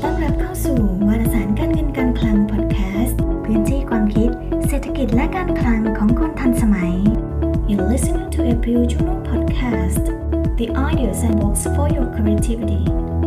ต้อนรับเข้าสู่วารสารการเงินการคลังพอดแคสต์พื้นที่ความคิดเศรษฐกิจและการคลังของคนทันสมัย You're listening to a Pure Journal podcast, the audio sandbox for your creativity.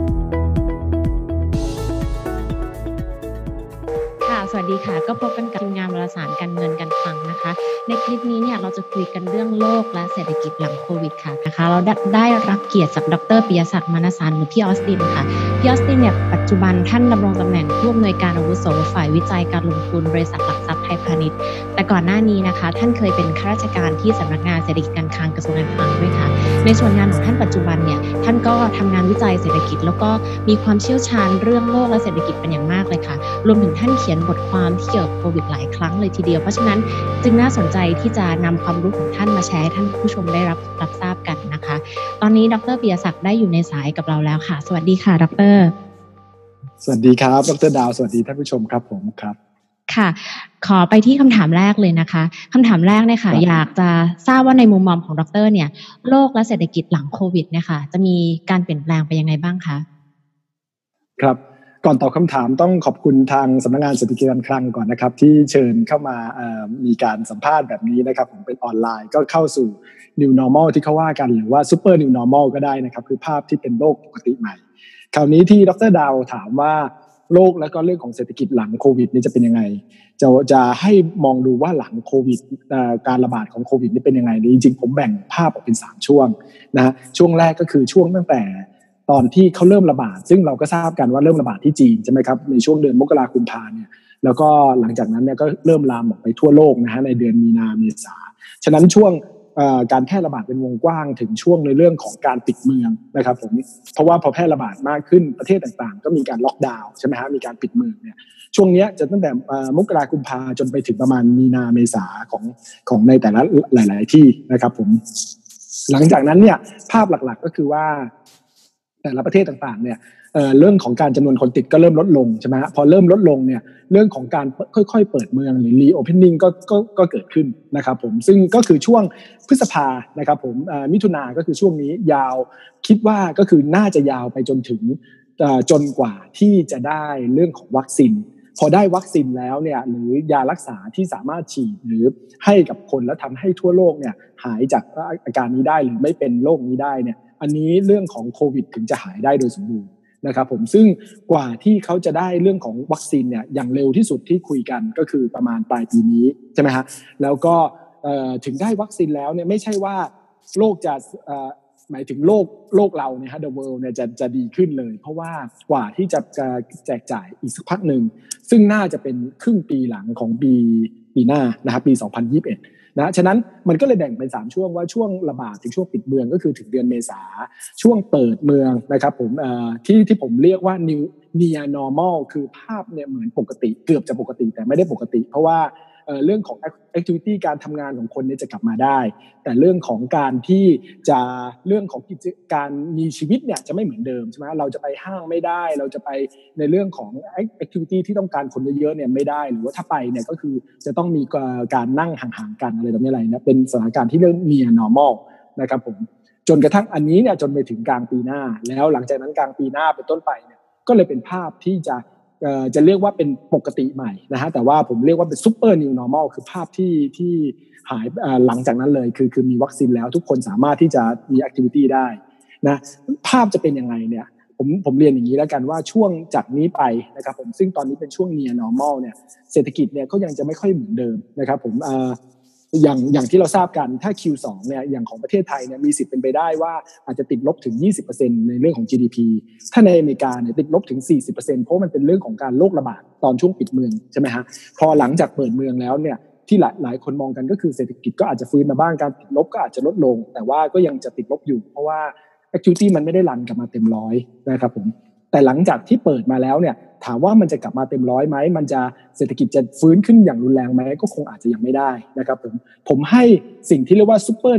สวัสดีค่ะก็พบกันกับทีมงานวารสารการเงินการคลังนะคะในคลิปนี้เนี่ยเราจะคุยกันเรื่องโลกและเศรษฐกิจหลังโควิดค่ะนะคะเราได้รับเกียรติจากดร.ปิยศักดิ์มานสารหรือพี่ออสตินค่ะพี่ออสตินเนี่ยปัจจุบันท่านดำรงตำแหน่งผู้อำนวยการอาวุโสฝ่ายวิจัยการลงทุนบริษัทหลักทรัพย์ไทยพาณิชย์แต่ก่อนหน้านี้นะคะท่านเคยเป็นข้าราชการที่สำนักงานเศรษฐกิจการคลังกระทรวงการคลังด้วยค่ะในส่วนงานของท่านปัจจุบันเนี่ยท่านก็ทำงานวิจัยเศรษฐกิจแล้วก็มีความเชี่ยวชาญเรื่องโลกและเศรษฐกิจเป็นอย่างมากเลยค่ะรวมถึงท่านเขียนบทความที่เกี่ยวกับโควิดหลายครั้งเลยทีเดียวเพราะฉะนั้นจึงน่าสนใจที่จะนำความรู้ของท่านมาแชร์ให้ท่านผู้ชมได้รับทราบกันนะคะตอนนี้ดร.ปิยศักดิ์ได้อยู่ในสายกับเราแล้วค่ะสวัสดีค่ะดร. สวัสดีครับดร.ดาวสวัสดีท่านผู้ชมครับผมครับค่ะขอไปที่คำถามแรกเลยนะคะคำถามแรกเนี่ยค่ะอยากจะทราบว่าในมุมมองของดร.เนี่ยโลกและเศรษฐกิจหลังโควิดเนี่ยค่ะจะมีการเปลี่ยนแปลงไปยังไงบ้างคะครับก่อนตอบคำถามต้องขอบคุณทางสำนักงานเศรษฐกิจการคลังก่อนนะครับที่เชิญเข้ามามีการสัมภาษณ์แบบนี้นะครับผมเป็นออนไลน์ก็เข้าสู่ New Normal ที่เขาว่ากันหรือว่า Super New Normal ก็ได้นะครับคือภาพที่เป็นโลกปกติใหม่คราวนี้ที่ดร.ดาวถามว่าโลกแล้วก็เรื่องของเศรษฐกิจหลังโควิดนี่จะเป็นยังไงจะให้มองดูว่าหลังโควิดการระบาดของโควิดนี่เป็นยังไงจริงๆผมแบ่งภาพออกเป็น3ช่วงนะช่วงแรกก็คือช่วงตั้งแต่ตอนที่เขาเริ่มระบาดซึ่งเราก็ทราบกันว่าเริ่มระบาดที่จีนใช่ไหมครับในช่วงเดือนมกราคมกุมภาพันธ์เนี่ยแล้วก็หลังจากนั้นเนี่ยก็เริ่มลามออกไปทั่วโลกนะฮะในเดือนมีนาเมษาฉะนั้นช่วงการแพร่ระบาดเป็นวงกว้างถึงช่วงในเรื่องของการปิดเมืองนะครับผมเพราะว่าพอแพร่ระบาดมากขึ้นประเทศต่างๆก็มีการล็อกดาวน์ใช่ไหมฮะมีการปิดเมืองเนี่ยช่วงนี้จะตั้งแต่มกราคมกุมภาพันธ์จนไปถึงประมาณมีนาเมษาของในแต่ละหลายๆที่นะครับผมหลังจากนั้นเนี่ยภาพหลักๆก็คือว่าแต่ละประเทศต่างๆเนี่ยเรื่องของการจำนวนคนติดก็เริ่มลดลงใช่ไหมฮะพอเริ่มลดลงเนี่ยเรื่องของการค่อยๆเปิดเมืองหรือ reopening ก็เกิดขึ้นนะครับผมซึ่งก็คือช่วงพฤษภานะครับผมมิถุนาก็คือช่วงนี้ยาวคิดว่าก็คือน่าจะยาวไปจนถึงจนกว่าที่จะได้เรื่องของวัคซีนพอได้วัคซีนแล้วเนี่ยหรือยารักษาที่สามารถฉีดหรือให้กับคนแล้วทำให้ทั่วโลกเนี่ยหายจากอาการนี้ได้หรือไม่เป็นโรคนี้ได้เนี่ยอันนี้เรื่องของโควิดถึงจะหายได้โดยสมบูรณ์นะครับผมซึ่งกว่าที่เขาจะได้เรื่องของวัคซีนเนี่ยอย่างเร็วที่สุดที่คุยกันก็คือประมาณปลายปีนี้ใช่ไหมฮะแล้วก็ถึงได้วัคซีนแล้วเนี่ยไม่ใช่ว่าโลกจะหมายถึงโลกเราเนี่ยฮะ the world เนี่ยจะดีขึ้นเลยเพราะว่ากว่าที่จะแจกจ่ายอีกสักพักหนึ่งซึ่งน่าจะเป็นครึ่งปีหลังของปีหน้านะครับปี2021นะฉะนั้นมันก็เลยแบ่งเป็น3ช่วงว่าช่วงระบาดถึงช่วงปิดเมืองก็คือถึงเดือนเมษาช่วงเปิดเมืองนะครับผมที่ผมเรียกว่า near normal คือภาพเนี่ยเหมือนปกติเกือบจะปกติแต่ไม่ได้ปกติเพราะว่าเรื่องของ activity การทำงานของคนเนี่ยจะกลับมาได้แต่เรื่องของการที่จะเรื่องของการมีชีวิตเนี่ยจะไม่เหมือนเดิมใช่ไหมเราจะไปห้างไม่ได้เราจะไปในเรื่องของ activity ที่ต้องการคนเยอะๆเนี่ยไม่ได้หรือว่าถ้าไปเนี่ยก็คือจะต้องมีการนั่งห่างๆกันอะไรแบบนี้อะไรนะเป็นสถานการณ์ที่เรื่อง near normal นะครับผมจนกระทั่งอันนี้เนี่ยจนไปถึงกลางปีหน้าแล้วหลังจากนั้นกลางปีหน้าเป็นต้นไปเนี่ยก็เลยเป็นภาพที่จะเรียกว่าเป็นปกติใหม่นะฮะแต่ว่าผมเรียกว่าเป็น super new normal คือภาพที่หายหลังจากนั้นเลยคือมีวัคซีนแล้วทุกคนสามารถที่จะมี activity ได้นะภาพจะเป็นยังไงเนี่ยผมเรียนอย่างนี้แล้วกันว่าช่วงจากนี้ไปนะครับผมซึ่งตอนนี้เป็นช่วง near normal เนี่ยเศรษฐกิจเนี่ยก็ยังจะไม่ค่อยเหมือนเดิมนะครับผมอย่างที่เราทราบกันถ้า Q2 เนี่ยอย่างของประเทศไทยเนี่ยมีสิทธิ์เป็นไปได้ว่าอาจจะติดลบถึง 20% ในเรื่องของ GDP ถ้าในอเมริกาเนี่ยติดลบถึง 40% เพราะมันเป็นเรื่องของการโรคระบาดตอนช่วงปิดเมืองใช่ไหมฮะพอหลังจากเปิดเมืองแล้วเนี่ยที่หลายคนมองกันก็คือเศรษฐกิจก็อาจจะฟื้นมาบ้างการติดลบก็อาจจะลดลงแต่ว่าก็ยังจะติดลบอยู่เพราะว่า activity มันไม่ได้รันกลับมาเต็มร้อยนะครับผมแต่หลังจากที่เปิดมาแล้วเนี่ยถามว่ามันจะกลับมาเต็มร้อยไหมมันจะเศรษฐกิจจะฟื้นขึ้นอย่างรุนแรงไหมก็คงอาจจะยังไม่ได้นะครับผมให้สิ่งที่เรียกว่า super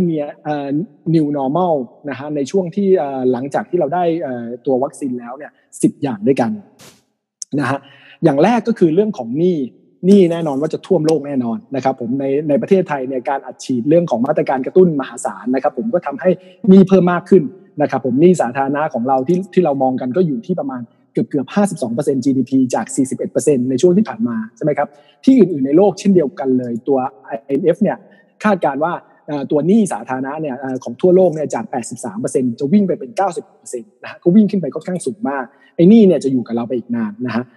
new normal นะฮะในช่วงที่หลังจากที่เราได้ตัววัคซีนแล้วเนี่ย10อย่างด้วยกันนะฮะอย่างแรกก็คือเรื่องของหนี้แน่นอนว่าจะท่วมโลกแน่นอนนะครับผมในประเทศไทยเนี่ยการอัดฉีดเรื่องของมาตรการกระตุ้นมหาศาลนะครับผมก็ทำให้หนี้เพิ่มมากขึ้นนะครับผมหนี้สาธารณะของเราที่เรามองกันก็อยู่ที่ประมาณเกือบ 52% GDP จาก 41% ในช่วงที่ผ่านมาใช่ไหมครับที่อื่นๆในโลกเช่นเดียวกันเลยตัว IMF เนี่ยคาดการณ์ว่าตัวหนี้สาธารณะเนี่ยของทั่วโลกเนี่ยจาก 83% จะวิ่งไปเป็น 90% นะฮะก็วิ่งขึ้นไปค่อนข้างสูงมากไอ้หนี้เนี่ยจะอยู่กับเราไปอีกนานนะฮะ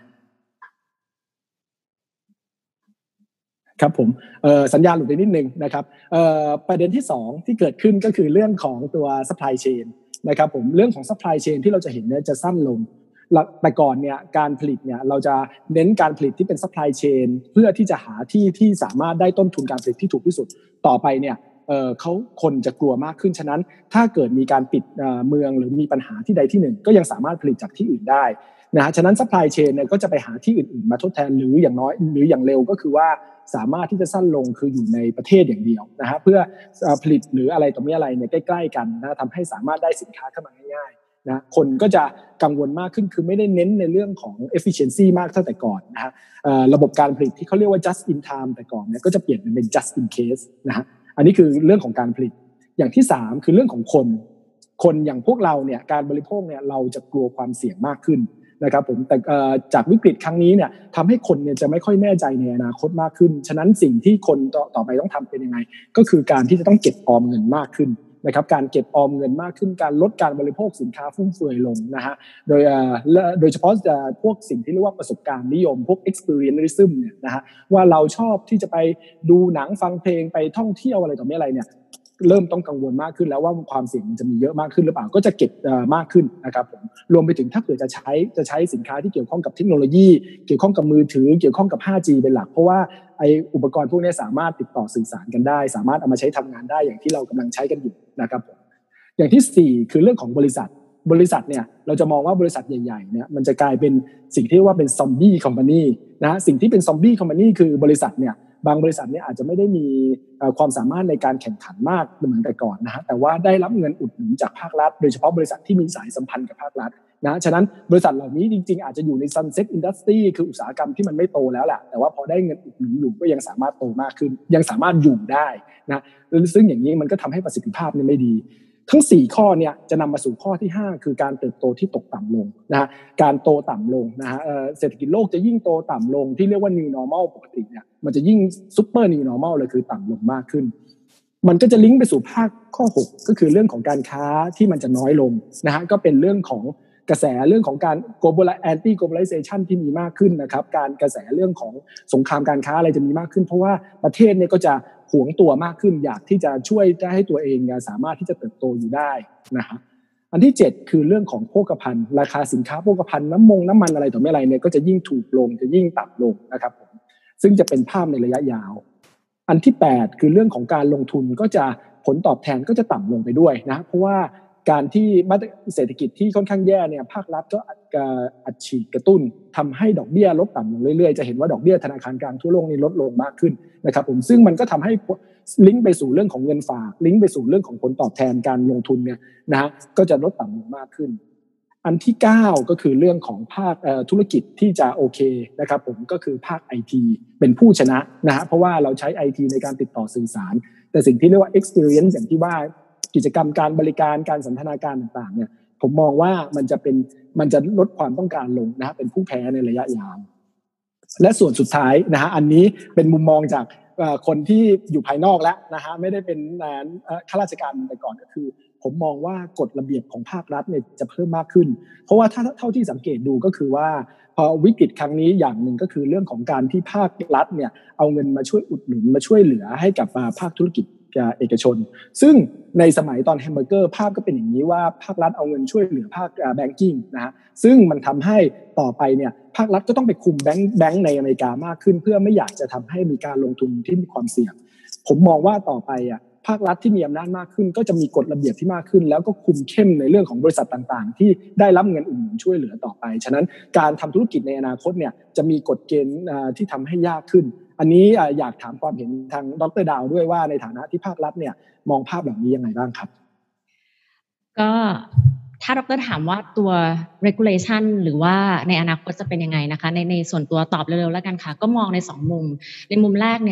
ครับผมสัญญาณหลุดไปนิดนึงนะครับประเด็นที่2ที่เกิดขึ้นก็คือเรื่องของตัว supply chain นะครับผมเรื่องของ supply chain ที่เราจะเห็นเนี่ยจะสั้นลงแต่ก่อนเนี่ยการผลิตเนี่ยเราจะเน้นการผลิตที่เป็น supply chain เพื่อที่จะหาที่สามารถได้ต้นทุนการผลิตที่ถูกที่สุดต่อไปเนี่ยคนจะกลัวมากขึ้นฉะนั้นถ้าเกิดมีการปิดเมืองหรือมีปัญหาที่ใดที่หนึ่งก็ยังสามารถผลิตจากที่อื่นได้นะฮะฉะนั้น supply chain เนี่ยก็จะไปหาที่อื่นๆมาทดแทนหรืออย่างน้อยหรืออย่างเร็วก็คือว่าสามารถที่จะสั้นลงคืออยู่ในประเทศอย่างเดียวนะฮะเพื่อผลิตหรืออะไรตรงนี้อะไรเนี่ยใกล้ๆกันนะทำให้สามารถได้สินค้าเข้ามาง่ายๆนะคนก็จะกังวลมากขึ้นคือไม่ได้เน้นในเรื่องของ efficiency มากเท่าแต่ก่อนนะฮะระบบการผลิตที่เขาเรียกว่า just in time แต่ก่อนเนี่ยก็จะเปลี่ยนเป็น just in case นะฮะอันนี้คือเรื่องของการผลิตอย่างที่3คือเรื่องของคนอย่างพวกเราเนี่ยการบริโภคเนี่ยเราจะกลัวความเสี่ยงมากขึ้นนะครับผมแต่จากวิกฤตครั้งนี้เนี่ยทำให้คนเนี่ยจะไม่ค่อยแน่ใจในอนาคตมากขึ้นฉะนั้นสิ่งที่คนต่อไปต้องทำเป็นยังไงก็คือการที่จะต้องเก็บออมเงินมากขึ้นนะครับการเก็บออมเงินมากขึ้นการลดการบริโภคสินค้าฟุ่มเฟือยลงนะฮะโดยเฉพาะพวกสิ่งที่เรียกว่าประสบการณ์นิยมพวก experienceism เนี่ยนะฮะว่าเราชอบที่จะไปดูหนังฟังเพลงไปท่องเที่ยวอะไรต่อมีอะไรเนี่ยเริ่มต้องกังวลมากขึ้นแล้วว่าความเสี่ยงมันจะมีเยอะมากขึ้นหรือเปล่าก็จะเก็บมากขึ้นนะครับผมรวมไปถึงถ้าเกิดจะใช้สินค้าที่เกี่ยวข้องกับเทคโนโลยีเกี่ยวข้องกับมือถือเกี่ยวข้องกับ 5G เป็นหลักเพราะว่าไออุปกรณ์พวกนี้สามารถติดต่อสื่อสารกันได้สามารถเอามาใช้ทำงานได้อย่างที่เรากำลังใช้กันอยู่นะครับผมอย่างที่4คือเรื่องของบริษัทเนี่ยเราจะมองว่าบริษัทใหญ่ๆเนี่ยมันจะกลายเป็นสิ่งที่เรียกว่าเป็นซอมบี้คอมพานีนะสิ่งที่เป็นซอมบี้คอมพานีคือบริษัทเนี่ยบางบริษัทเนี่ยอาจจะไม่ได้มีความสามารถในการแข่งขันมากเหมือนแต่ก่อนนะฮะแต่ว่าได้รับเงินอุดหนุนจากภาครัฐโดยเฉพาะบริษัทที่มีสายสัมพันธ์กับภาครัฐนะฉะนั้นบริษัทเหล่านี้จริงๆอาจจะอยู่ใน sunset industry คืออุตสาหกรรมที่มันไม่โตแล้วแหละแต่ว่าพอได้เงินอุดหนุนอยู่ก็ยังสามารถโตมากขึ้นยังสามารถอยู่ได้นะซึ่งอย่างนี้มันก็ทำให้ประสิทธิภาพเนี่ยไม่ดีทั้ง4ข้อเนี่ยจะนำมาสู่ข้อที่5คือการเติบโตที่ตกต่ำลงนะฮะการโตต่ำลงนะฮะเศรษฐกิจโลกจะยิ่งโตต่ำลงที่เรียกว่า new normal ปกติเนี่ยมันจะยิ่ง super new normal เลยคือต่ำลงมากขึ้นมันก็จะลิงก์ไปสู่ภาคข้อ6ก็คือเรื่องของการค้าที่มันจะน้อยลงนะฮะก็เป็นเรื่องของกระแสเรื่องของการ anti globalization ที่มีมากขึ้นนะครับการกระแสเรื่องของสงครามการค้าอะไรจะมีมากขึ้นเพราะว่าประเทศเนี่ยก็จะหวงตัวมากขึ้นอยากที่จะช่วยให้ตัวเองสามารถที่จะเติบโตอยู่ได้นะฮะอันที่7คือเรื่องของโภคภัณฑ์ราคาสินค้าโภคภัณฑ์น้ำมันอะไรต่อไม่อะไรเนี่ยก็จะยิ่งถูกลงจะยิ่งต่ำลงนะครับผมซึ่งจะเป็นภาพในระยะยาวอันที่8คือเรื่องของการลงทุนก็จะผลตอบแทนก็จะต่ำลงไปด้วยนะเพราะว่าการที่เศรษฐกิจที่ค่อนข้างแย่เนี่ยภาครัฐก็อัดฉีดกระตุ้นทำให้ดอกเบี้ยลดต่ำลงเรื่อยๆจะเห็นว่าดอกเบี้ยธนาคารกลางทั่วโลกนี่ลดลงมากขึ้นนะครับผมซึ่งมันก็ทำให้ลิงก์ไปสู่เรื่องของเงินฝากลิงก์ไปสู่เรื่องของผลตอบแทนการลงทุนเนี่ยนะฮะก็จะลดต่ำลงมากขึ้นอันที่9ก็คือเรื่องของภาคธุรกิจที่จะโอเคนะครับผมก็คือภาค IT เป็นผู้ชนะนะฮะเพราะว่าเราใช้ IT ในการติดต่อสื่อสารแต่สิ่งที่เรียกว่า experience อย่างที่ว่ากิจกรรมการบริการการสันทนาการต่างๆเนี่ยผมมองว่ามันจะลดความต้องการลงนะฮะเป็นผู้แพ้ในระยะยาวและส่วนสุดท้ายนะฮะอันนี้เป็นมุมมองจากคนที่อยู่ภายนอกแล้วนะฮะไม่ได้เป็นข้าราชการแต่ก่อนก็คือผมมองว่ากฎระเบียบของภาครัฐเนี่ยจะเพิ่มมากขึ้นเพราะว่าถ้าเท่าที่สังเกตดูก็คือว่าพอวิกฤตครั้งนี้อย่างหนึ่งก็คือเรื่องของการที่ภาครัฐเนี่ยเอาเงินมาช่วยอุดหนุนมาช่วยเหลือให้กับภาคธุรกิจเอกชนซึ่งในสมัยตอนแฮมเบอร์เกอร์ภาพก็เป็นอย่างนี้ว่าภาครัฐเอาเงินช่วยเหลือภาคแบงกิ้งนะฮะซึ่งมันทำให้ต่อไปเนี่ยภาครัฐก็ต้องไปคุมแบงก์ในอเมริกามากขึ้นเพื่อไม่อยากจะทำให้มีการลงทุนที่มีความเสี่ยงผมมองว่าต่อไปภาครัฐที่มีอำนาจมากขึ้นก็จะมีกฎระเบียบที่มากขึ้นแล้วก็คุมเข้มในเรื่องของบริษัทต่างๆที่ได้รับเงินอุดหนุนช่วยเหลือต่อไปฉะนั้นการทำธุรกิจในอนาคตเนี่ยจะมีกฎเกณฑ์ที่ทำให้ยากขึ้นอันนี้อยากถามความเห็นทางดร.ดาวด้วยว่าในฐานะที่ภาครัฐเนี่ยมองภาพเหล่านี้ยังไงบ้างครับก็ถ้าดร.ถามว่าตัว regulation หรือว่าในอนาคตจะเป็นยังไงนะคะในส่วนตัวตอบเร็วๆแล้วกันค่ะก็มองใน2มุมในมุมแรกเนี่ย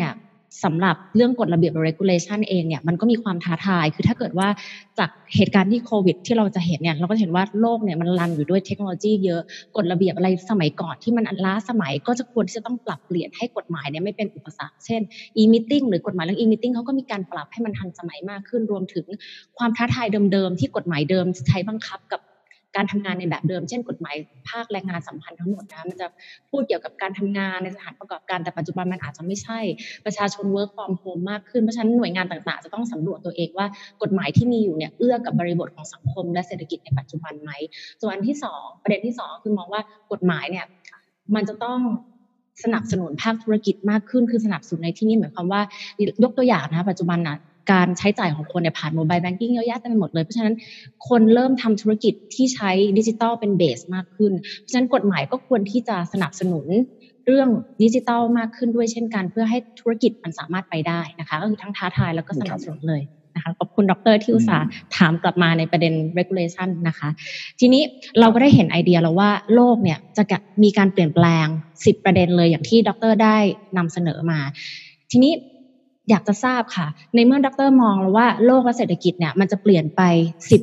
สำหรับเรื่องกฎระเบียบ regulation เองเนี่ยมันก็มีความท้าทายคือถ้าเกิดว่าจากเหตุการณ์ที่โควิดที่เราจะเห็นเนี่ยเราก็เห็นว่าโลกเนี่ยมันรันอยู่ด้วยเทคโนโลยีเยอะกฎระเบียบอะไรสมัยก่อนที่มันล้าสมัยก็จะควรที่จะต้องปรับเปลี่ยนให้กฎหมายเนี่ยไม่เป็นอุปสรรคเช่น e-meeting หรือกฎหมายเรื่อง e-meeting เขาก็มีการปรับให้มันทันสมัยมากขึ้นรวมถึงความท้าทายเดิมๆที่กฎหมายเดิมใช้บังคับกับการทำงานในแบบเดิมเช่นกฎหมายภาคแรงงานสัมพันธ์ทั้งหมดนะมันจะพูดเกี่ยวกับการทำงานในสถานประกอบการแต่ปัจจุบันมันอาจจะไม่ใช่ประชาชน work from home มากขึ้นเพราะฉะนั้นหน่วยงานต่างๆจะต้องสำรวจตัวเองว่ากฎหมายที่มีอยู่เนี่ยเอื้อกับบริบทของสังคมและเศรษฐกิจในปัจจุบันไหมส่วนที่2ประเด็นที่2คือมองว่ากฎหมายเนี่ยมันจะต้องสนับสนุนภาคธุรกิจมากขึ้นคือสนับสนุนในที่นี้หมายความว่ายกตัวอย่างนะปัจจุบันนะการใช้จ่ายของคนเนี่ยผ่านโมบายแบงกิ้งเยอะแยะเต็มไปหมดเลยเพราะฉะนั้นคนเริ่มทำธุรกิจที่ใช้ดิจิทัลเป็นเบสมากขึ้นเพราะฉะนั้นกฎหมายก็ควรที่จะสนับสนุนเรื่องดิจิทัลมากขึ้นด้วยเช่นกันเพื่อให้ธุรกิจมันสามารถไปได้นะคะก็คือทั้งท้าทายแล้วก็สนับสนุนเลยนะคะขอบคุณดร.ที่อุตส่าห์ถามกลับมาในประเด็น regulation นะคะทีนี้เราก็ได้เห็นไอเดียแล้วว่าโลกเนี่ยจะมีการเปลี่ยนแปลง10ประเด็นเลยอย่างที่ดร.ได้นำเสนอมาทีนี้อยากจะทราบค่ะในเมื่อดร.มองแล้วว่าโลกและเศรษฐกิจเนี่ยมันจะเปลี่ยนไป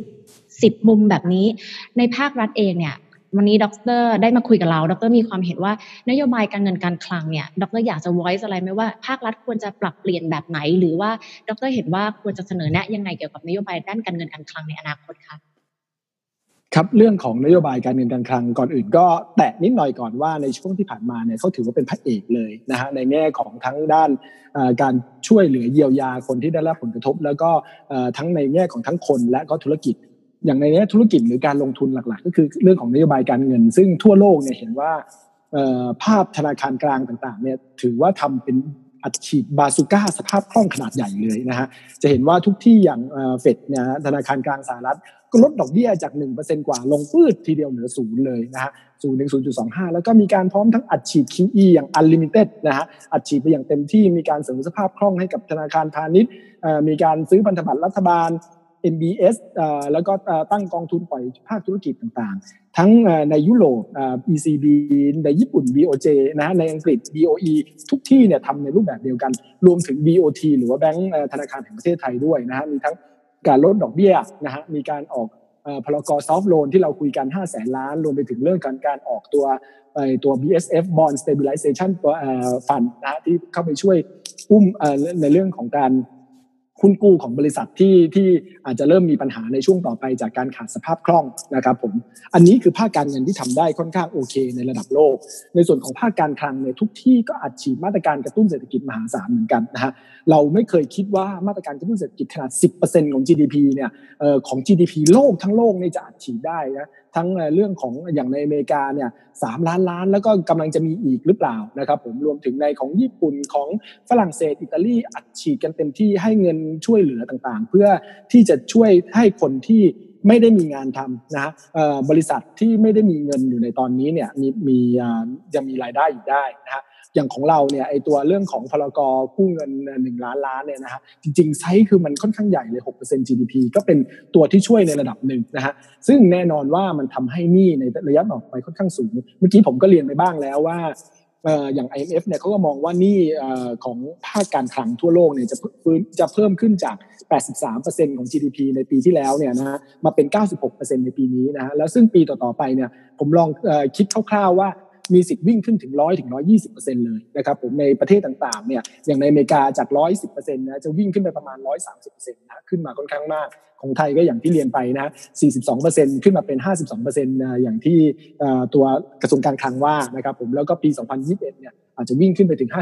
10มุมแบบนี้ในภาครัฐเองเนี่ยวันนี้ดร.ได้มาคุยกับเราดร.มีความเห็นว่านโยบายการเงินการคลังเนี่ยดร.อยากจะ voice อะไรไหมว่าภาครัฐควรจะปรับเปลี่ยนแบบไหนหรือว่าดร.เห็นว่าควรจะเสนอแนะยังไงเกี่ยวกับนโยบายด้านการเงินการคลังในอนาคตคะครับเรื่องของนโยบายการเงินการคลังก่อนอื่นก็แตะนิดหน่อยก่อนว่าในช่วงที่ผ่านมาเนี่ยเขาถือว่าเป็นพระเอกเลยนะฮะในแง่ของทั้งด้านการช่วยเหลือเยียวยาคนที่ได้รับผลกระทบแล้วก็ทั้งในแง่ของทั้งคนและก็ธุรกิจอย่างในแง่ธุรกิจหรือการลงทุนหลักๆก็คือเรื่องของนโยบายการเงินซึ่งทั่วโลกเนี่ยเห็นว่าภาพธนาคารกลางต่างๆเนี่ยถือว่าทำเป็นอัดฉีดบาซูก้าสภาพคล่องขนาดใหญ่เลยนะฮะจะเห็นว่าทุกที่อย่างเฟดเนี่ยธนาคารกลางสหรัฐก็ลดดอกเบี้ยจาก 1% กว่าลงปื้ดทีเดียวเหลือ0เลยนะฮะ0 ถึง 0.25 แล้วก็มีการพร้อมทั้งอัดฉีด QE อย่าง Unlimited นะฮะอัดฉีดไปอย่างเต็มที่มีการเสริมสภาพคล่องให้กับธนาคารพาณิชย์มีการซื้อพันธบัตรรัฐบาล MBS แล้วก็ตั้งกองทุนปล่อยภาคธุรกิจต่างๆทั้งในยุโรปECB ในญี่ปุ่น BOJ นะฮะในอังกฤษ BOE ทุกที่เนี่ยทำในรูปแบบเดียวกันรวมถึง BOT หรือว่าแบงก์ธนาคารแห่งประเทศไทยด้วยนะฮะมีทั้งการลดดอกเบี้ยนะฮะมีการออกพรกซอฟท์โลนที่เราคุยกัน 500,000 ล้านรวมไปถึงเรื่องการออกตัว BSF Bond Stabilization ตัวFund นะฮะที่เข้าไปช่วยอุ้มในเรื่องของการหุ้นกู้ของบริษัทที่อาจจะเริ่มมีปัญหาในช่วงต่อไปจากการขาดสภาพคล่องนะครับผมอันนี้คือภาคการเงินที่ทำได้ค่อนข้างโอเคในระดับโลกในส่วนของภาคการคลังเนี่ยทุกที่ก็อัดฉีดมาตรการกระตุ้นเศรษฐกิจมหาศาลเหมือนกันนะฮะเราไม่เคยคิดว่ามาตรการกระตุ้นเศรษฐกิจขนาด 10% ของ GDP เนี่ยของ GDP โลกทั้งโลกนี่จะอัดฉีดได้นะทั้งเรื่องของอย่างในอเมริกาเนี่ย3 ล้านล้านแล้วก็กำลังจะมีอีกหรือเปล่านะครับผมรวมถึงในของญี่ปุ่นของฝรั่งเศสอิตาลีอัดฉีดกันเต็มที่ให้เงินช่วยเหลือต่างๆเพื่อที่จะช่วยให้คนที่ไม่ได้มีงานทำนะบริษัทที่ไม่ได้มีเงินอยู่ในตอนนี้เนี่ยยังมีรายได้อยู่ได้นะฮะอย่างของเราเนี่ยไอตัวเรื่องของพรก.กู้เงิน1 ล้านล้านเนี่ยนะฮะจริงๆไซส์คือมันค่อนข้างใหญ่เลย 6% GDP ก็เป็นตัวที่ช่วยในระดับหนึ่งนะฮะซึ่งแน่นอนว่ามันทำให้หนี้ในระยะต่อไปค่อนข้างสูงเมื่อกี้ผมก็เรียนไปบ้างแล้วว่าอย่าง IMF เนี่ยเขาก็มองว่าหนี้ของภาคการคลังทั่วโลกเนี่ยจะเพิ่มขึ้นจาก 83% ของ GDP ในปีที่แล้วเนี่ยนะมาเป็น 96% ในปีนี้นะฮะแล้วซึ่งปีต่อๆไปเนี่ยผมลองคิดคร่าวๆว่ามีสิทธิ์วิ่งขึ้นถึง 100 ถึง 120% เลยนะครับผมในประเทศต่างๆเนี่ยอย่างในอเมริกาจาก 110% นะจะวิ่งขึ้นไปประมาณ 130% นะขึ้นมาค่อนข้างมากของไทยก็อย่างที่เรียนไปนะ 42% ขึ้นมาเป็น 52% อย่างที่ตัวกระทรวงการคลังว่านะครับผมแล้วก็ปี 2021 เนี่ยอาจจะวิ่งขึ้นไปถึง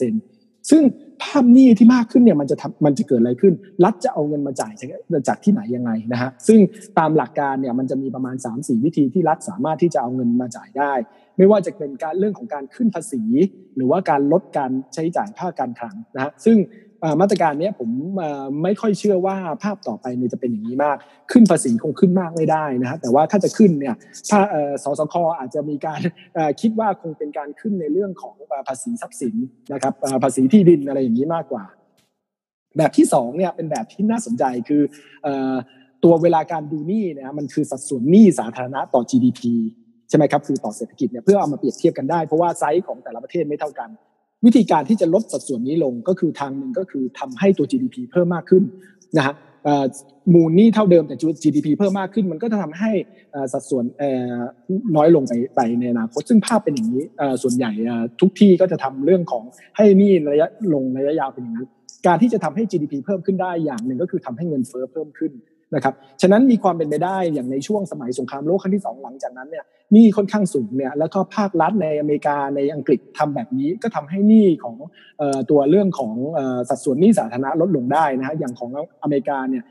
58%ซึ่งภาพหนี้ที่มากขึ้นเนี่ยมันจะเกิดอะไรขึ้นรัฐจะเอาเงินมาจ่ายจากที่ไหนยังไงนะฮะซึ่งตามหลักการเนี่ยมันจะมีประมาณ 3-4 วิธีที่รัฐสามารถที่จะเอาเงินมาจ่ายได้ไม่ว่าจะเป็นเรื่องของการขึ้นภาษีหรือว่าการลดการใช้จ่ายภาคการคลังนะฮะซึ่งมาตรการนี้ผมไม่ค่อยเชื่อว่าภาพต่อไปเนี่ยจะเป็นอย่างนี้มากขึ้นภาษีคงขึ้นมากไม่ได้นะฮะแต่ว่าถ้าจะขึ้นเนี่ยถ้าสสค.อาจจะมีการคิดว่าคงเป็นการขึ้นในเรื่องของภาษีทรัพย์สินนะครับภาษีที่ดินอะไรอย่างนี้มากกว่าแบบที่2เนี่ยเป็นแบบที่น่าสนใจคือตัวเวลาการดูหนี้เนี่ยมันคือสัดส่วนหนี้สาธารณะต่อ GDP ใช่ไหมครับคือต่อเศรษฐกิจเนี่ยเพื่อเอามาเปรียบเทียบกันได้เพราะว่าไซส์ของแต่ละประเทศไม่เท่ากันวิธีการที่จะลดสัดส่วนนี้ลงก็คือทางนึงก็คือทำให้ตัว GDP เพิ่มมากขึ้นนะฮะมูลหนี้เท่าเดิมแต่ GDP เพิ่มมากขึ้นมันก็จะทำให้สัดส่วนน้อยลงไปในอนาคตซึ่งภาพเป็นอย่างนี้ส่วนใหญ่ทุกที่ก็จะทำเรื่องของให้หนี้ระยะยาวเป็นอย่างนั้นการที่จะทำให้ GDP เพิ่มขึ้นได้อย่างหนึ่งก็คือทำให้เงินเฟ้อเพิ่มขึ้นนะครับฉะนั้นมีความเป็นไปได้อย่างในช่วงสมัยสงครามโลกครั้งที่2หลังจากนั้นเนี่ยหนี้ค่อนข้างสูงเนี่ยแล้วก็ภาครัฐในอเมริกาในอังกฤษทำแบบนี้ก็ทำให้หนี้ของตัวเรื่องของสัดส่วนหนี้สาธารณะลดลงได้นะฮะอย่างของอเมริกาเนี่ย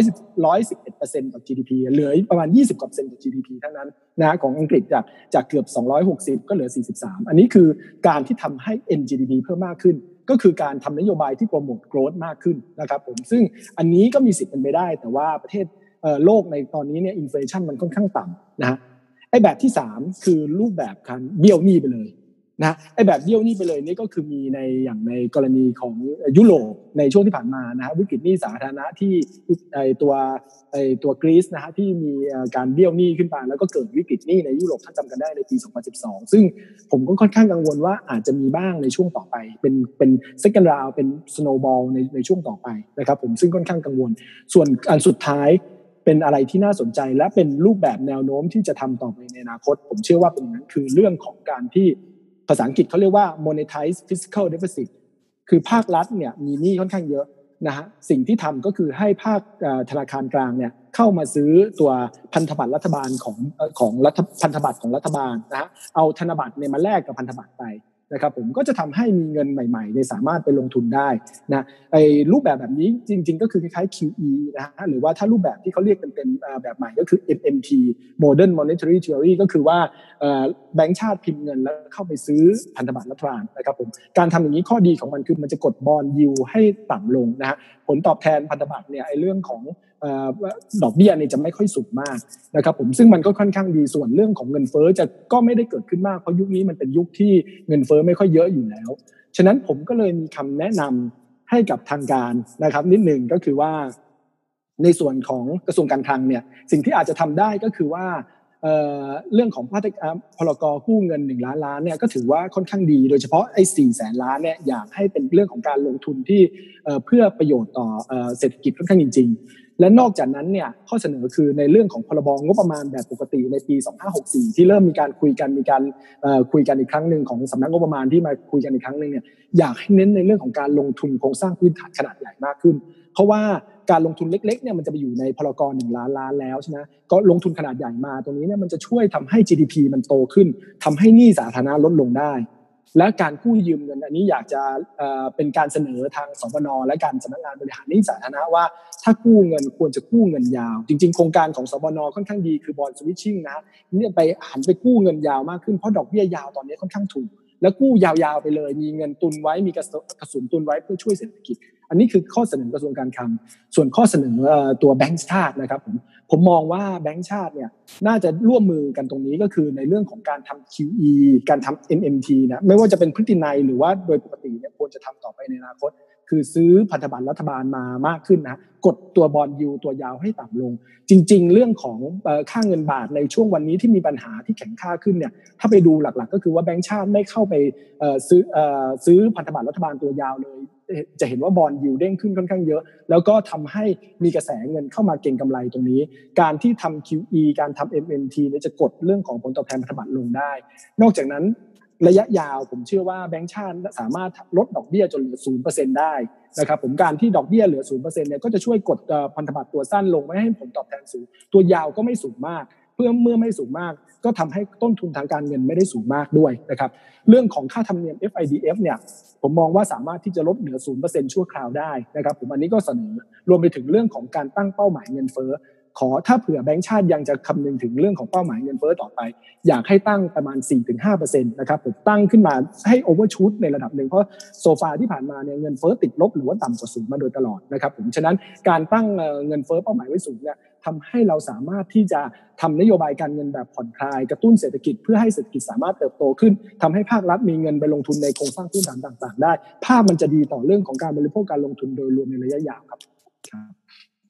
111% ต่อ GDP เหลือประมาณ20% ต่อ GDP ทั้งนั้นนะของอังกฤษจากเกือบ260ก็เหลือ43อันนี้คือการที่ทำให้ NGDP เพิ่มมากขึ้นก็คือการทำนโยบายที่โปรโมทโกรธมากขึ้นนะครับผมซึ่งอันนี้ก็มีสิทธิ์เป็นไปได้แต่ว่าประเทศโลกในตอนนี้เนี่ยอินเฟลชันมันค่อนข้างต่ำนะฮะไอ้แบบที่3คือรูปแบบการเบี้ยวหนี้ไปเลยนะไอ้แบบเบี้ยวหนี้ไปเลยนี่ก็คือมีอย่างในกรณีของยุโรปในช่วงที่ผ่านมานะฮะวิกฤตหนี้สาธารณะที่ตัวกรีซนะฮะที่มีการเบี้ยวหนี้ขึ้นไปแล้วก็เกิดวิกฤตหนี้ในยุโรปถ้าจำกันได้ในปี2012ซึ่งผมก็ค่อนข้างกังวลว่าอาจจะมีบ้างในช่วงต่อไปเป็น second round เป็น snowball ในช่วงต่อไปนะครับผมซึ่งค่อนข้างกังวลส่วนอันสุดท้ายเป็นอะไรที่น่าสนใจและเป็นรูปแบบแนวโน้มที่จะทำต่อไปในอนาคตผมเชื่อว่าเป็นอย่างนั้นคือเรื่องของการที่ภาษาอังกฤษเขาเรียกว่า monetize fiscal deficit คือภาครัฐเนี่ยมีหนี้ค่อนข้างเยอะนะฮะสิ่งที่ทำก็คือให้ภาคธนาคารกลางเนี่ยเข้ามาซื้อตัวพันธบัตรรัฐบาลของพันธบัตรของรัฐบาลนะฮะเอาธนบัตรเนี่ยมาแลกกับพันธบัตรไปนะครับผมก็จะทำให้มีเงินใหม่ๆเนี่ยสามารถไปลงทุนได้นะไอ้รูปแบบนี้จริงๆก็คือคล้ายๆ QE นะฮะหรือว่าถ้ารูปแบบที่เขาเรียกเป็นแบบใหม่ก็คือ MMT Modern Monetary Theory ก็คือว่าแบงก์ชาติพิมพ์เงินแล้วเข้าไปซื้อพันธบัตรรัฐบาลนะครับผมการทำอย่างนี้ข้อดีของมันคือมันจะกดบอนด์ยิลด์ให้ต่ำลงนะฮะผลตอบแทนพันธบัตรเนี่ยไอ้เรื่องของดอกเบี้ยเนี่ยจะไม่ค่อยสูงมากนะครับผมซึ่งมันก็ค่อนข้างดีส่วนเรื่องของเงินเฟ้อก็ไม่ได้เกิดขึ้นมากเพราะยุคนี้มันเป็นยุคที่เงินเฟ้อไม่ค่อยเยอะอยู่แล้วฉะนั้นผมก็เลยมีคำแนะนำให้กับทางการนะครับนิดหนึ่งก็คือว่าในส่วนของกระทรวงการคลังเนี่ยสิ่งที่อาจจะทำได้ก็คือว่าเรื่องของพรก.กู้เงิน1 ล้านล้านเนี่ยก็ถือว่าค่อนข้างดีโดยเฉพาะไอ้4 แสนล้านเนี่ยอยากให้เป็นเรื่องของการลงทุนที่เพื่อประโยชน์ต่อเศรษฐกิจค่อนข้างจริงๆและนอกจากนั้นเนี่ยข้อเสนอคือในเรื่องของพรบ.งบประมาณแบบปกติในปี2564ที่เริ่มมีการคุยกันอีกครั้งนึงของสำนักงบประมาณที่มาคุยกันอีกครั้งนึงเนี่ยอยากให้เน้นในเรื่องของการลงทุนโครงสร้างพื้นฐานขนาดใหญ่มากขึ้นเพราะว่าการลงทุนเล็กๆเนี่ยมันจะไปอยู่ในพรก1 ล้านล้านแล้วใช่ไหมก็ลงทุนขนาดใหญ่มาตรงนี้เนี่ยมันจะช่วยทำให้ GDP มันโตขึ้นทำให้หนี้สาธารณะลดลงได้และการกู้ยืมเงินอันนี้อยากจะเป็นการเสนอทางสบน.และการสำนักงานบริหารหนี้สาธารณะว่าถ้ากู้เงินควรจะกู้เงินยาวจริงๆโครงการของสบน.ค่อนข้างดีคือบอนด์สวิตชิ่งนะเนี่ยไปหันไปกู้เงินยาวมากขึ้นเพราะดอกเบี้ยยาวตอนนี้ค่อนข้างถูกแล้วกู้ยาวๆไปเลยมีเงินตุนไว้มีกระสุนตุนไว้เพื่อช่วยเศรษฐกิจอันนี้คือข้อเสนอกระทรวงการคลังส่วนข้อเสนอตัวแบงก์ชาตินะครับผมมองว่าแบงก์ชาติเนี่ยน่าจะร่วมมือกันตรงนี้ก็คือในเรื่องของการทำ QE การทำ MMT นะไม่ว่าจะเป็นพฤตินัยหรือว่าโดยปกติเนี่ยควรจะทำต่อไปในอนาคตคือซื้อพันธบัตรรัฐบาลมามากขึ้นนะกดตัวบอนด์ยิลด์ตัวยาวให้ต่ำลงจริงๆเรื่องของค่าเงินบาทในช่วงวันนี้ที่มีปัญหาที่แข็งค่าขึ้นเนี่ยถ้าไปดูหลักๆก็คือว่าแบงก์ชาติไม่เข้าไปซื้อพันธบัตรรัฐบาลตัวยาวเลยจะเห็นว่าบอนด์ยิลด์เด้งขึ้นค่อนข้างเยอะแล้วก็ทำให้มีกระแสเงินเข้ามาเก็งกำไรตรงนี้การที่ทำ QE การทำ MMT เนี่ยจะกดเรื่องของผลตอบแทนพันธบัตรลงได้นอกจากนั้นระยะยาวผมเชื่อว่าแบงก์ชาติสามารถลดดอกเบี้ยจนเหลือ 0% ได้นะครับผมการที่ดอกเบี้ยเหลือ 0% เนี่ยก็จะช่วยกดพันธบัตรตัวสั้นลงไม่ให้ผลตอบแทนสูงตัวยาวก็ไม่สูงมากเมื่อไม่สูงมากก็ทำให้ต้นทุนทางการเงินไม่ได้สูงมากด้วยนะครับเรื่องของค่าธรรมเนียม FIDF เนี่ยผมมองว่าสามารถที่จะลดเหลือ 0% ชั่วคราวได้นะครับผมอันนี้ก็เสนอรวมไปถึงเรื่องของการตั้งเป้าหมายเงินเฟ้อถ้าเผื่อแบงก์ชาติยังจะคำนึงถึงเรื่องของเป้าหมายเงินเฟ้อต่อไปอยากให้ตั้งประมาณ 4-5% นะครับผมตั้งขึ้นมาให้โอเวอร์ชูตในระดับหนึ่งเพราะโซฟาที่ผ่านมาเนี่ยเงินเฟ้อติดลบหรือว่าต่ำกว่าศูนย์มาโดยตลอดนะครับผมฉะนั้นการตั้งเงินเฟ้อเป้าหมายไว้สูงเนี่ยทำให้เราสามารถที่จะทำนโยบายการเงินแบบผ่อนคลายกระตุ้นเศรษฐกิจเพื่อให้เศรษฐกิจสามารถเติบโตขึ้นทำให้ภาครัฐมีเงินไปลงทุนในโครงสร้างพื้นฐานต่างๆได้ภาพมันจะดีต่อเรื่องของการบริโภคการลงทุนโดยรวมในระยะยาวครับค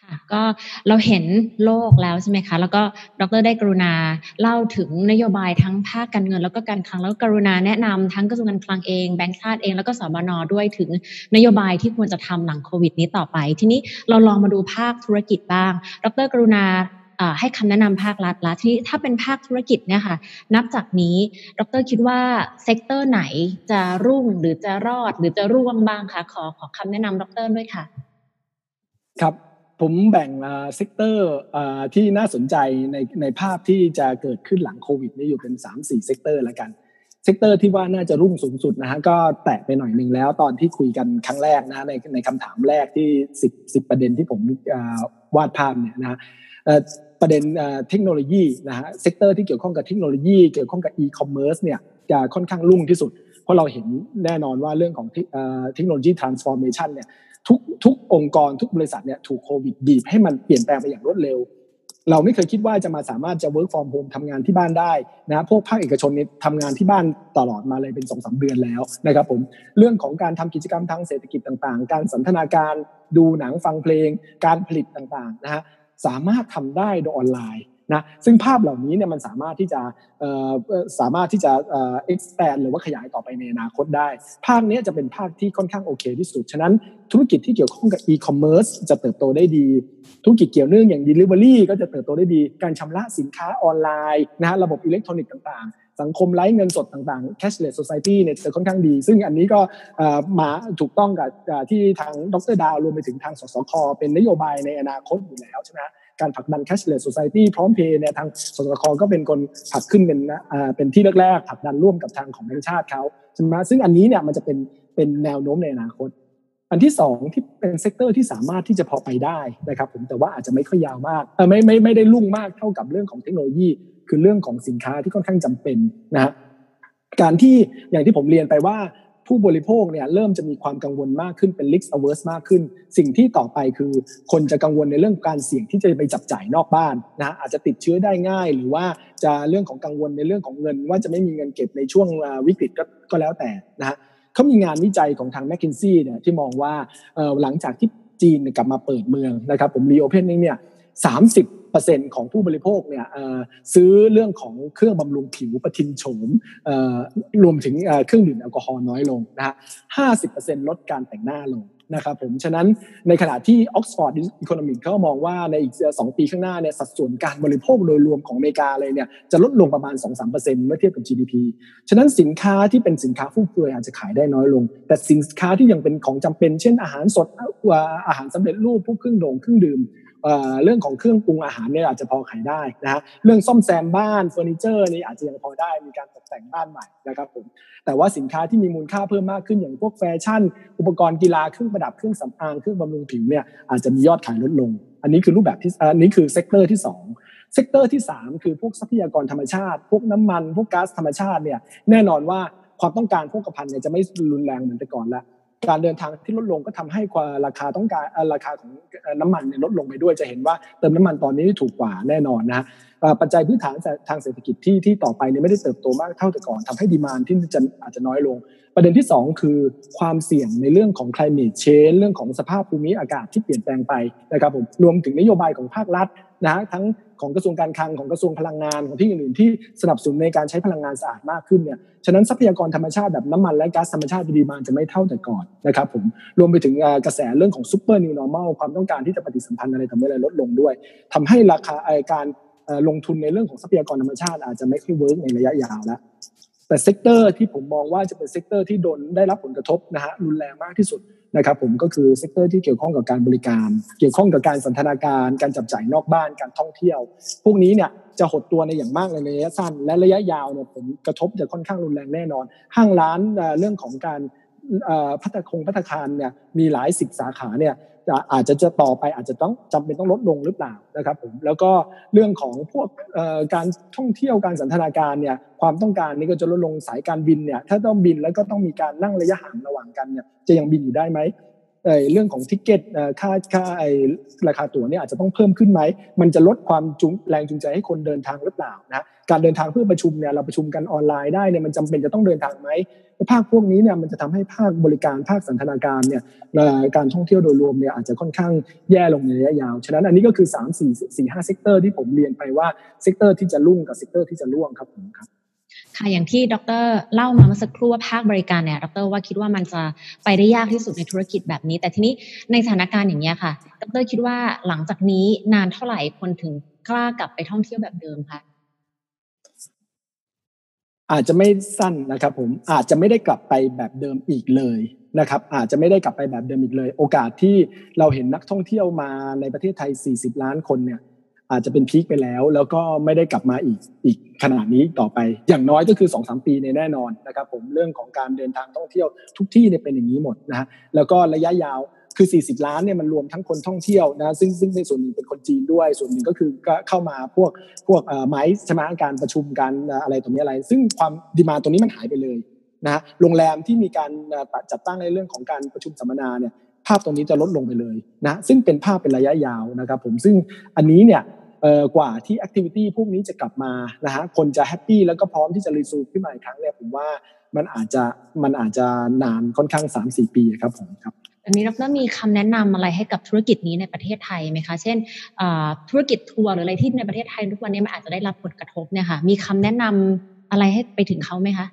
ค่ะก็เราเห็นโลกแล้วใช่ไหมคะแล้วก็ดร.ได้กรุณาเล่าถึงนโยบายทั้งภาคการเงินแล้วก็การคลังแล้วก็กรุณาแนะนำทั้งกระทรวงการคลังเองแบงก์ชาติเองแล้วก็สบน.ด้วยถึงนโยบายที่ควรจะทำหลังโควิดนี้ต่อไปทีนี้เราลองมาดูภาคธุรกิจบ้างดร.กรุณาให้คำแนะนำภาครัฐแล้วทีนี้ถ้าเป็นภาคธุรกิจเนี่ยค่ะนับจากนี้ดร.คิดว่าเซกเตอร์ไหนจะรุ่งหรือจะรอดหรือจะร่วงบ้างคะขอคำแนะนำดร.ด้วยค่ะครับผมแบ่งเซกเตอร์ที่น่าสนใจในภาพที่จะเกิดขึ้นหลังโควิดนี่อยู่เป็น 3-4 เซกเตอร์แล้วกันเซกเตอร์ที่ว่าน่าจะรุ่งสูงสุดนะฮะก็แตะไปหน่อยนึงแล้วตอนที่คุยกันครั้งแรกนะในคำถามแรกที่10ประเด็นที่ผมวาดภาพเนี่ยนะฮะประเด็นเทคโนโลยีนะฮะเซกเตอร์ที่เกี่ยวข้องกับเทคโนโลยีเกี่ยวข้องกับอีคอมเมิร์ซเนี่ยจะค่อนข้างรุ่งที่สุดเพราะเราเห็นแน่นอนว่าเรื่องของเทคโนโลยี transformation เนี่ยทุกองค์กรทุกบริษัทเนี่ยถูกโควิดบีบให้มันเปลี่ยนแปลงไปอย่างรวดเร็วเราไม่เคยคิดว่าจะมาสามารถจะ work from home ทำงานที่บ้านได้นะพวกภาคเอกชนนี่ทำงานที่บ้านตลอดมาเลยเป็น 2-3 เดือนแล้วนะครับผมเรื่องของการทำกิจกรรมทางเศรษฐกิจต่างๆการสันทนาการดูหนังฟังเพลงการผลิตต่างๆนะฮะสามารถทำได้โดยออนไลน์นะซึ่งภาพเหล่านี้เนี่ยมันสามารถที่จะexpand หรือว่าขยายต่อไปในอนาคตได้ภาคนี้จะเป็นภาคที่ค่อนข้างโอเคที่สุดฉะนั้นธุรกิจที่เกี่ยวข้องกับ e-commerce จะเติบโตได้ดีธุรกิจเกี่ยวเนื่องอย่าง delivery ก็จะเติบโตได้ดีการชำระสินค้าออนไลน์นะฮะระบบอิเล็กทรอนิกส์ต่างๆสังคมไร้เงินสดต่างๆ cashless society เนี่ยจะค่อนข้างดีซึ่งอันนี้ก็มาถูกต้องกับที่ทางดร.ดาวรวมไปถึงทางสสค.เป็นนโยบายในอนาคตอยู่แล้วใช่ไหมการผลักดัน cashless society พร้อมเพย์เนี่ยทางสสค.ก็เป็นคนผลักขึ้นเป็นที่แรกๆผลักดันร่วมกับทางของแบงก์ชาติเขาใช่ไหมซึ่งอันนี้เนี่ยมันจะเป็นแนวโน้มในอนาคตอันที่2ที่เป็นเซกเตอร์ที่สามารถที่จะพอไปได้นะครับผมแต่ว่าอาจจะไม่ค่อยยาวมากไม่ได้รุ่งมากเท่ากับเรื่องของเทคโนโลยีคือเรื่องของสินค้าที่ค่อนข้างจำเป็นนะฮะการที่อย่างที่ผมเรียนไปว่าผู้บริโภคเนี่ยเริ่มจะมีความกังวลมากขึ้นเป็น risk averse มากขึ้นสิ่งที่ต่อไปคือคนจะกังวลในเรื่องการเสี่ยงที่จะไปจับจ่ายนอกบ้านนะอาจจะติดเชื้อได้ง่ายหรือว่าจะเรื่องของกังวลในเรื่องของเงินว่าจะไม่มีเงินเก็บในช่วงวิกฤตก็แล้วแต่นะฮะเขามีงานวิจัยของทาง McKinsey เนี่ยที่มองว่าหลังจากที่จีนกลับมาเปิดเมืองนะครับผม reopening เนี่ย30% ของผู้บริโภคเนี่ยซื้อเรื่องของเครื่องบำรุงผิวประทินโฉมรวมถึงเครื่องดื่มแอลกอฮอล์น้อยลงนะฮะ 50% ลดการแต่งหน้าลงนะครับผมฉะนั้นในขณะที่ Oxford Economics เขามองว่าในอีก2 ปีข้างหน้าเนี่ยสัดส่วนการบริโภคโดยรวมของอเมริกาเลยเนี่ยจะลดลงประมาณ 2-3% เมื่อเทียบกับ GDP ฉะนั้นสินค้าที่เป็นสินค้าฟุ่มเฟือยอาจจะขายได้น้อยลงแต่สินค้าที่ยังเป็นของจำเป็นเช่นอาหารสดอาหารสำเร็จรูปพวกเครื่องดื่มเรื่องของเครื่องปรุงอาหารเนี่ยอาจจะพอขายได้นะฮะเรื่องซ่อมแซมบ้านเฟอร์นิเจอร์นี่อาจจะยังพอได้มีการตกแต่งบ้านใหม่นะครับผมแต่ว่าสินค้าที่มีมูลค่าเพิ่มมากขึ้นอย่างพวกแฟชั่นอุปกรณ์กีฬาเครื่องประดับเครื่องสำอางเครื่องบำรุงผิวเนี่ยอาจจะมียอดขายลดลงอันนี้คือรูปแบบที่อันนี้คือเซกเตอร์ที่2เซกเตอร์ที่3คือพวกทรัพยากรธรรมชาติพวกน้ำมันพวกก๊าซธรรมชาติเนี่ยแน่นอนว่าความต้องการโภคภัณฑ์เนี่ยจะไม่รุนแรงเหมือนแต่ก่อนแล้วการเดินทางที่ลดลงก็ทำให้ราคาของน้ำมันลดลงไปด้วยจะเห็นว่าเติมน้ำมันตอนนี้ถูกกว่าแน่นอนนะปัจจัยพื้นฐานทางเศรษฐกิจที่ต่อไปเนี่ยไม่ได้เติบโตมากเท่าแต่ก่อนทำให้ดีมานด์ที่อาจจะน้อยลงประเด็นที่2คือความเสี่ยงในเรื่องของ climate change เรื่องของสภาพภูมิอากาศที่เปลี่ยนแปลงไปนะครับผมรวมถึงนโยบายของภาครัฐนะทั้งของกระทรวงการคลังของกระทรวงพลังงานของที่อื่นๆที่สนับสนุนในการใช้พลังงานสะอาดมากขึ้นเนี่ยฉะนั้นทรัพยากรธรรมชาติแบบน้ำมันและก๊าซธรรมชาติดีมานด์จะไม่เท่าแต่ก่อนนะครับผมรวมไปถึงกระแสเรื่องของ super new normal ความต้องการที่จะปฏิสัมพันธ์อะไรทำให้อะไรลดลงด้วยทำให้ราคาการลงทุนในเรื่องของทรัพยากรธรรมชาติอาจจะไม่ค่อยเวิร์กในระยะยาวแล้วแต่เซกเตอร์ที่ผมมองว่าจะเป็นเซกเตอร์ที่ได้รับผลกระทบนะฮะรุนแรงมากที่สุดนะครับผมก็คือเซกเตอร์ที่เกี่ยวข้องกับการบริการเกี่ยวข้องกับการสันทนาการการจับจ่ายนอกบ้านการท่องเที่ยวพวกนี้เนี่ยจะหดตัวในอย่างมากในระยะสั้นและระยะยาวเนี่ยผลกระทบจะค่อนข้างรุนแรงแน่นอนห้างร้านเรื่องของการภัตตาคารเนี่ยมีหลาย10 สาขาเนี่ยอาจจะต่อไปอาจจะต้องจำเป็นต้องลดลงหรือเปล่านะครับผมแล้วก็เรื่องของพวกการท่องเที่ยวการสันทนาการเนี่ยความต้องการนี้ก็จะลดลงสายการบินเนี่ยถ้าต้องบินแล้วก็ต้องมีการนั่งระยะห่างระหว่างกันเนี่ยจะยังบินอยู่ได้ไหมเรื่องของทิกเก็ตค่าราคาตั๋วเนี่ยอาจจะต้องเพิ่มขึ้นไหมมันจะลดความแรงจูงใจให้คนเดินทางหรือเปล่านะการเดินทางเพื่อประชุมเนี่ยเราประชุมกันออนไลน์ได้เนี่ยมันจำเป็นจะต้องเดินทางไหมภาคพวกนี้เนี่ยมันจะทำให้ภาคบริการภาคสันทนาการเนี่ยการท่องเที่ยวโดยรวมเนี่ยอาจจะค่อนข้างแย่ลงในระยะยาวฉะนั้นอันนี้ก็คือ3-4-5 เซกเตอร์ที่ผมเรียนไปว่าเซกเตอร์ที่จะรุ่งกับเซกเตอร์ที่จะร่วงครับผมครับค่ะอย่างที่ดร.เล่ามาเมื่อสักครู่ว่าภาคบริการเนี่ยดร.ว่าคิดว่ามันจะไปได้ยากที่สุดในธุรกิจแบบนี้แต่ทีนี้ในสถานการณ์อย่างนี้ค่ะดร.คิดว่าหลังจากนี้นานเท่าไหร่คนถึงกล้ากลับไปท่องเที่ยวแบบเดิมคะอาจจะไม่สั้นนะครับผมอาจจะไม่ได้กลับไปแบบเดิมอีกเลยนะครับอาจจะไม่ได้กลับไปแบบเดิมอีกเลยโอกาสที่เราเห็นนักท่องเที่ยวมาในประเทศไทย40 ล้านคนเนี่ยอาจจะเป็นพีคไปแล้วก็ไม่ได้กลับมาอีกขนาดนี้ต่อไปอย่างน้อยก็คือ 2-3 ปีแน่นอนนะครับผมเรื่องของการเดินทางท่องเที่ยวทุกที่เนี่ยเป็นอย่างนี้หมดนะฮะแล้วก็ระยะยาวคือ40 ล้านเนี่ยมันรวมทั้งคนท่องเที่ยวนะซึ่งในส่วนหนึ่งเป็นคนจีนด้วยส่วนหนึ่งก็คือก็เข้ามาพวกไม้ใช่ไหมการประชุมกันอะไรตรงนี้อะไรซึ่งความดีมานด์ตรงนี้มันหายไปเลยนะฮะโรงแรมที่มีการจัดตั้งในเรื่องของการประชุมสัมมนาเนี่ยภาพตรงนี้จะลดลงไปเลยนะซึ่งเป็นภาพเป็นระยะยาวนะครับผมซึ่งอันนี้เนี่ยกว่าที่แอคทิวิตี้พวกนี้จะกลับมานะฮะคนจะแฮปปี้แล้วก็พร้อมที่จะรีซูมขึ้นมาอีกครั้งเนี่ยผมว่ามันอาจจะนานค่อนข้าง 3-4 ปีครับผมครับอันนี้ดร.มีคำแนะนำอะไรให้กับธุรกิจนี้ในประเทศไทยไหมคะเช่นธุรกิจทัวร์หรืออะไรที่ในประเทศไทยทุกวันนี้มันอาจจะได้รับผลกระทบเนี่ยค่ะมีคำแนะนำอะไรให้ไปถึงเขาไหมคะ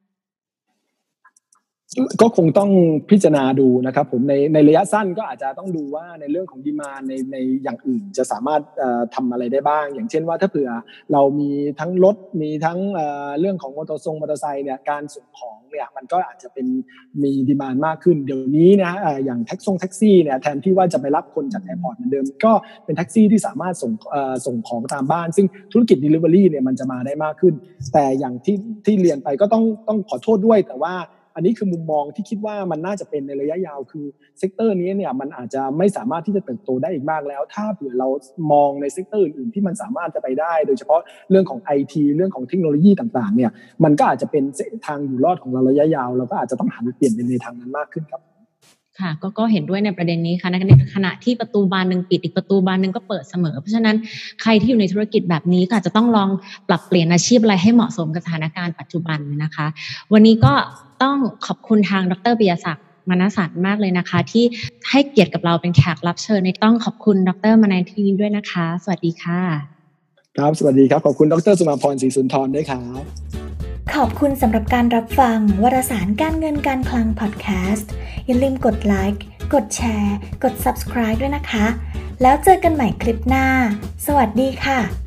ก็คงต้องพิจารณาดูนะครับผมในระยะสั้นก็อาจจะต้องดูว่าในเรื่องของดีมานด์ในอย่างอื่นจะสามารถทำอะไรได้บ้างอย่างเช่นว่าถ้าเผื่อเรามีทั้งรถมีทั้งเรื่องของมอเตอร์ไซค์เนี่ยการส่งของเนี่ยมันก็อาจจะเป็นมีดีมานด์มากขึ้นเดี๋ยวนี้นะอย่างแท็กซี่เนี่ยแทนที่ว่าจะไปรับคนจากแอร์พอร์ตเหมือนเดิมก็เป็นแท็กซี่ที่สามารถส่งของตามบ้านซึ่งธุรกิจ delivery เนี่ยมันจะมาได้มากขึ้นแต่อย่างที่เรียนไปก็ต้องขอโทษด้วยแต่ว่าอันนี้คือมุมมองที่คิดว่ามันน่าจะเป็นในระยะยาวคือเซกเตอร์นี้เนี่ยมันอาจจะไม่สามารถที่จะเติบโตได้อีกมากแล้วถ้าเผื่อเรามองในเซกเตอร์อื่นๆที่มันสามารถจะไปได้โดยเฉพาะเรื่องของ IT เรื่องของเทคโนโลยีต่างๆเนี่ยมันก็อาจจะเป็นทางอยู่รอดของเราระยะยาวเราก็อาจจะต้องหันเปลี่ยนไปในทางนั้นมากขึ้นครับค่ะก็เห็นด้วยในประเด็นนี้ค่ะในขณะที่ประตูบานนึงปิดอีกประตูบานนึงก็เปิดเสมอเพราะฉะนั้นใครที่อยู่ในธุรกิจแบบนี้ก็อาจจะต้องลองปรับเปลี่ยนอาชีพอะไรให้เหมาะสมกับสถานการณ์ปัจจุบันนะคะวันนี้ก็ต้องขอบคุณทางดร.ปิยศักดิ์มนสันต์มากเลยนะคะที่ให้เกียรติกับเราเป็นแขกรับเชิญในต้องขอบคุณดร.มนัยทีด้วยนะคะสวัสดีค่ะครับสวัสดีครับขอบคุณดร.สุมาพรศรีสุนทรด้วยครับขอบคุณสำหรับการรับฟังวารสารการเงินการคลังพอดแคสต์อย่าลืมกดไลค์กดแชร์กด Subscribe ด้วยนะคะแล้วเจอกันใหม่คลิปหน้าสวัสดีค่ะ